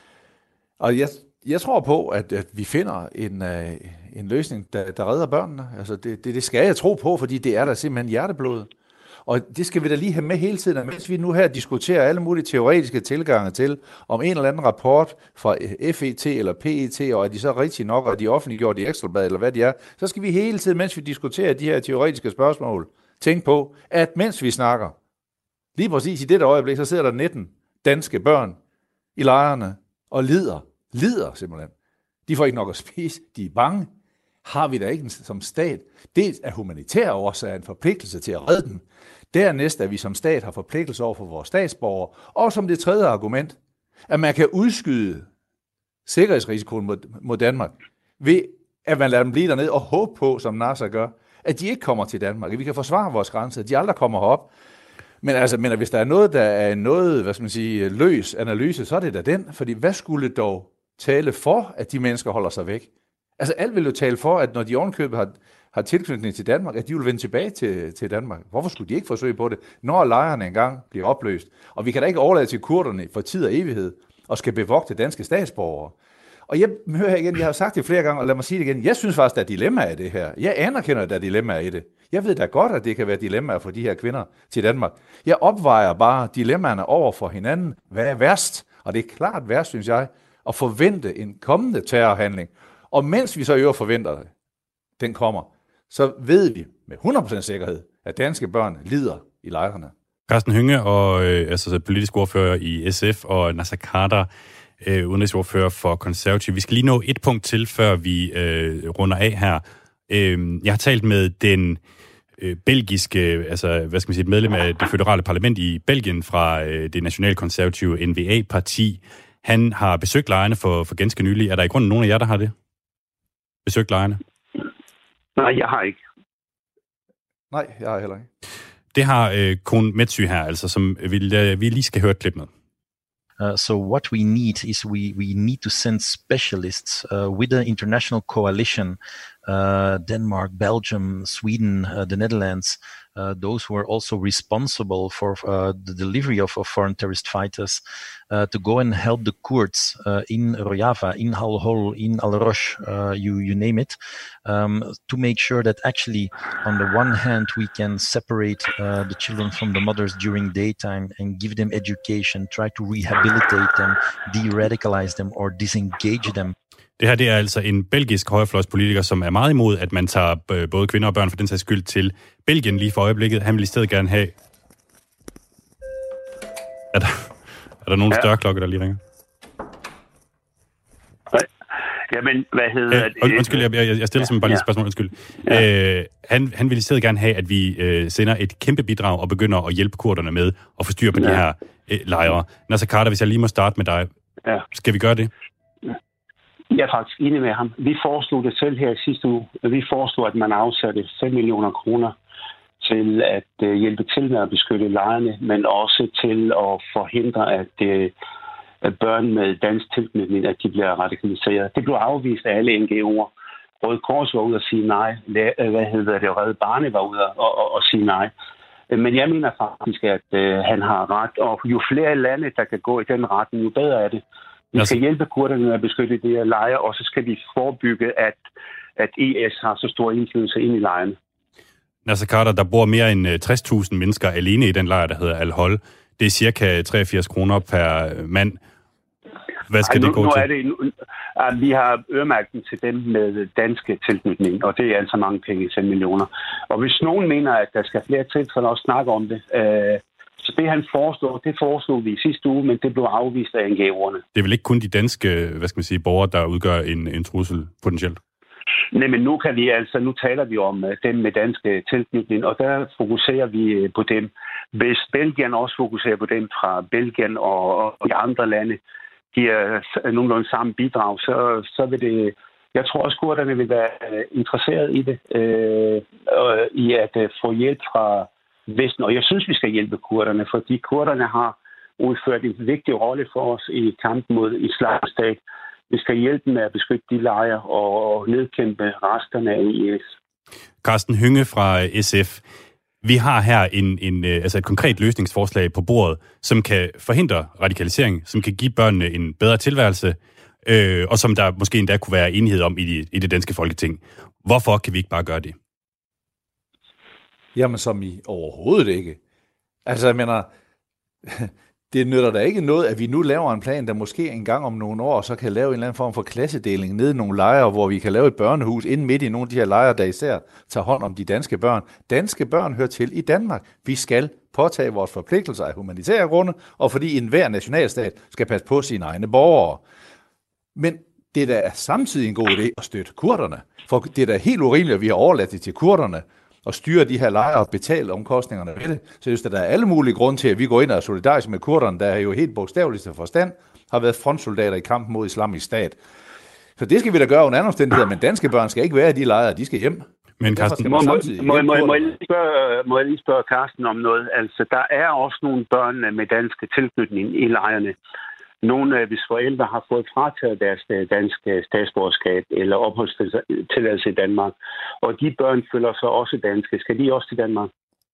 Og jeg, jeg tror på, at, at vi finder en, uh, en løsning, der, der redder børnene. Altså det, det, det skal jeg tro på, fordi det er der simpelthen hjerteblod. Og det skal vi da lige have med hele tiden, mens vi nu her diskuterer alle mulige teoretiske tilgange til, om en eller anden rapport fra F E T eller P E T, og er de så rigtig nok, og er de offentliggjort i Ekstrablad, eller hvad de er, så skal vi hele tiden, mens vi diskuterer de her teoretiske spørgsmål, tænke på, at mens vi snakker, lige præcis i dette øjeblik, så sidder der nitten danske børn i lejrene og lider. Lider simpelthen. De får ikke nok at spise, de er bange. Har vi da ikke som stat. Det er humanitære årsager en forpligtelse til at redde dem. Dernæst, at vi som stat har forpligtelse over for vores statsborgere. Og som det tredje argument, at man kan udskyde sikkerhedsrisikoen mod, mod Danmark ved, at man lader dem blive dernede og håbe på, som NASA gør, at de ikke kommer til Danmark, at vi kan forsvare vores grænser, at de aldrig kommer herop. Men altså, men hvis der er noget, der er noget, hvad skal man sige, løs analyse, så er det da den. Fordi hvad skulle dog tale for, at de mennesker holder sig væk? Altså alt vil jo tale for, at når de ovenkøbet har, har tilknytning til Danmark, at de vil vende tilbage til, til Danmark. Hvorfor skulle de ikke forsøge på det, når lejrene engang bliver opløst? Og vi kan da ikke overlade til kurderne for tid og evighed, og skal bevogte danske statsborgere. Og jeg hører igen, jeg har sagt det flere gange, og lad mig sige det igen, jeg synes faktisk, der er dilemmaer i det her. Jeg anerkender, at der er dilemmaer i det. Jeg ved da godt, at det kan være dilemmaer for de her kvinder til Danmark. Jeg opvejer bare dilemmaerne over for hinanden. Hvad er værst? Og det er klart værst, synes jeg, at forvente en kommende terrorhandling. Og mens vi så i øvrigt forventer det, den kommer, så ved vi med hundrede procent sikkerhed, at danske børn lider i lejrene. Carsten Hønge, og, øh, altså politisk ordfører i S F, og Naser Khader, øh, udenrigsordfører for Konservative. Vi skal lige nå et punkt til, før vi øh, runder af her. Øh, jeg har talt med den øh, belgiske, altså hvad skal man sige, medlem af det føderale parlament i Belgien fra øh, det nationalkonservative N V A-parti. Han har besøgt lejrene for, for ganske nylig. Er der i grunden nogen af jer, der har det? Besøgt lejrene? Nej, jeg har ikke. Nej, jeg har heller ikke. Det har øh, Koen Metsy her, altså, som vi, øh, vi lige skal høre et klip med. Uh, so what we need is we, we need to send specialists uh, with the international coalition, uh, Denmark, Belgium, Sweden, uh, the Netherlands, uh, those who are also responsible for uh, the delivery of, of foreign terrorist fighters, uh, to go and help the Kurds uh, in Rojava, in Al-Hol, in Al-Rosh, uh, you, you name it, um, to make sure that actually, on the one hand, we can separate uh, the children from the mothers during daytime and give them education, try to rehabilitate them, de-radicalize them or disengage them. Det her det er altså en belgisk højrefløjspolitiker, som er meget imod, at man tager både kvinder og børn for den sags skyld til Belgien lige for øjeblikket. Han vil i stedet gerne have... Er der, er der nogle ja. størklokker, der lige ringer? Nej. Jamen, hvad hedder øh, det? Undskyld, jeg, jeg stiller simpelthen bare lige et spørgsmål. Undskyld. Ja. Øh, han, han vil i stedet gerne have, at vi øh, sender et kæmpe bidrag og begynder at hjælpe kurderne med at få styr på ja. de her øh, lejre. Nasser Khader, hvis jeg lige må starte med dig. Ja. Skal vi gøre det? Jeg er faktisk enig med ham. Vi foreslog det selv her i sidste uge. Vi foreslog, at man afsatte fem millioner kroner til at uh, hjælpe til med at beskytte lejrene, men også til at forhindre, at, uh, at børn med dansk tilknytning, at de bliver radikaliseret. Det blev afvist af alle N G O'er. Røde Kors var ude og sige nej. Hvad hedder det? Red Barnet var ude og, og, og sige nej. Men jeg mener faktisk, at uh, han har ret. Og jo flere lande, der kan gå i den retning, jo bedre er det. Vi skal hjælpe kurderne med at beskytte de her lejre, og så skal vi forebygge, at, at I S har så stor indflydelse ind i lejrene. Nasser Khader, der bor mere end tres tusind mennesker alene i den lejr, der hedder Al-Hol. Det er cirka treogfirs kroner per mand. Hvad skal Ej, nu, det gå nu til? Er det, nu, uh, vi har øremærket til dem med danske tilknytning, og det er altså mange penge, fem millioner. Og hvis nogen mener, at der skal flere til, så lad os snakke om det. Uh, Så det, han foreslår, det foreslog vi i sidste uge, men det blev afvist af N G O'erne. Det er vel ikke kun de danske, hvad skal man sige, borgere, der udgør en, en trussel potentielt? Nej, men nu kan vi altså, nu taler vi om uh, dem med danske tilknytning, og der fokuserer vi uh, på dem. Hvis Belgien også fokuserer på dem fra Belgien og, og de andre lande, giver uh, nogenlunde samme bidrag, så, så vil det... Jeg tror også, kurderne vil være uh, interesseret i det, uh, uh, i at uh, få hjælp fra Vesten. Og jeg synes, vi skal hjælpe kurderne, fordi kurderne har udført en vigtig rolle for os i kampen mod Islamisk Stat. Vi skal hjælpe med at beskytte de lejre og nedkæmpe resterne af I S. Carsten Hynge fra S F. Vi har her en, en, altså et konkret løsningsforslag på bordet, som kan forhindre radikalisering, som kan give børnene en bedre tilværelse, øh, og som der måske endda kunne være enighed om i, de, i det danske Folketing. Hvorfor kan vi ikke bare gøre det? Jamen, som i overhovedet ikke. Altså, jeg mener, det nytter da ikke noget, at vi nu laver en plan, der måske en gang om nogle år, så kan lave en eller anden form for klassedeling nede i nogle lejre, hvor vi kan lave et børnehus inde midt i nogle af de her lejre, der især tager hånd om de danske børn. Danske børn hører til i Danmark. Vi skal påtage vores forpligtelser af humanitære grunde, og fordi enhver nationalstat skal passe på sine egne borgere. Men det er da samtidig en god idé at støtte kurderne, for det er da helt urimeligt, at vi har overladt det til kurderne, og styre de her lejre og betale omkostningerne ved det. Så jeg synes, at der er alle mulige grunde til, at vi går ind og er solidariske med kurderne, der er jo helt bogstaveligt til forstand, har været frontsoldater i kampen mod Islamisk Stat. Så det skal vi da gøre under anden omstændigheder, men danske børn skal ikke være i de lejre, de skal hjem. Men Carsten, må, må, må, må, må, jeg lige spørge, må jeg lige spørge Carsten om noget? Altså, der er også nogle børn med danske tilknytning i lejrene. Nogle, hvis forældre har fået frataget deres danske statsborgerskab eller opholdstilladelse i Danmark, og de børn føler sig også danske. Skal de også til Danmark?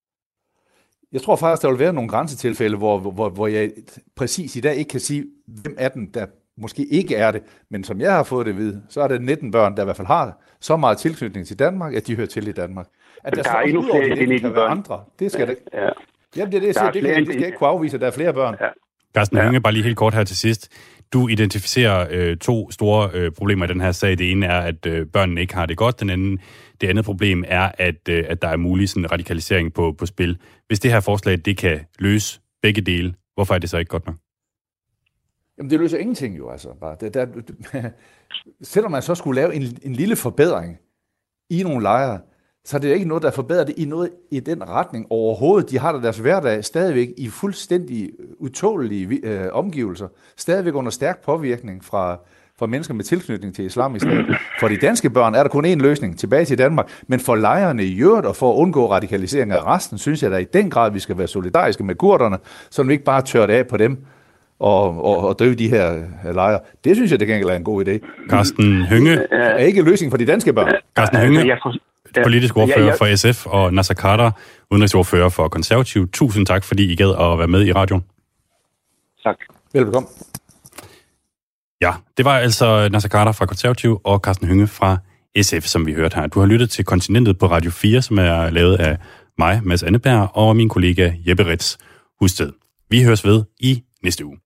Jeg tror faktisk, der vil være nogle grænsetilfælde, hvor, hvor, hvor jeg præcis i dag ikke kan sige, hvem af dem, der måske ikke er det. Men som jeg har fået det at vide, så er det nitten børn, der i hvert fald har så meget tilknytning til Danmark, at de hører til i Danmark. At der, der er endnu flere end nitten børn. Andre. Det skal ja, det. Ja. Jamen, det er det, jeg siger. Det, kan, det skal jeg ikke kunne afvise, at der er flere børn. Ja. Carsten Hynge, bare lige helt kort her til sidst. Du identificerer øh, to store øh, problemer i den her sag. Det ene er, at øh, børnene ikke har det godt. Den anden, det andet problem er, at, øh, at der er mulig sådan radikalisering på, på spil. Hvis det her forslag, det kan løse begge dele, hvorfor er det så ikke godt nok? Jamen, det løser ingenting jo, altså. Bare. Det, der, selvom man så skulle lave en, en lille forbedring i nogle lejre, Så det er ikke noget, der forbedrer det i noget i den retning overhovedet. De har da deres hverdag stadigvæk i fuldstændig utålelige øh, omgivelser. Stadigvæk under stærk påvirkning fra, fra mennesker med tilknytning til islamisk stat. For de danske børn er der kun én løsning, tilbage til Danmark. Men for lejrene i øvrigt og for at undgå radikalisering af resten, synes jeg da i den grad, vi skal være solidariske med kurderne, så vi ikke bare tør det af på dem og, og, og drive de her lejre. Det synes jeg, det kan være en god idé. Carsten Hønge. Er ikke løsning for de danske børn. Carsten Hønge, politisk ordfører for S F, og Naser Khader, udenrigsordfører for Konservativ. Tusind tak, fordi I gad at være med i radioen. Tak. Velbekomme. Ja, det var altså Naser Khader fra Konservativ og Carsten Hønge fra S F, som vi hørte her. Du har lyttet til Kontinentet på Radio fire, som er lavet af mig, Mads Anneberg, og min kollega Jeppe Ritz Husted. Vi høres ved i næste uge.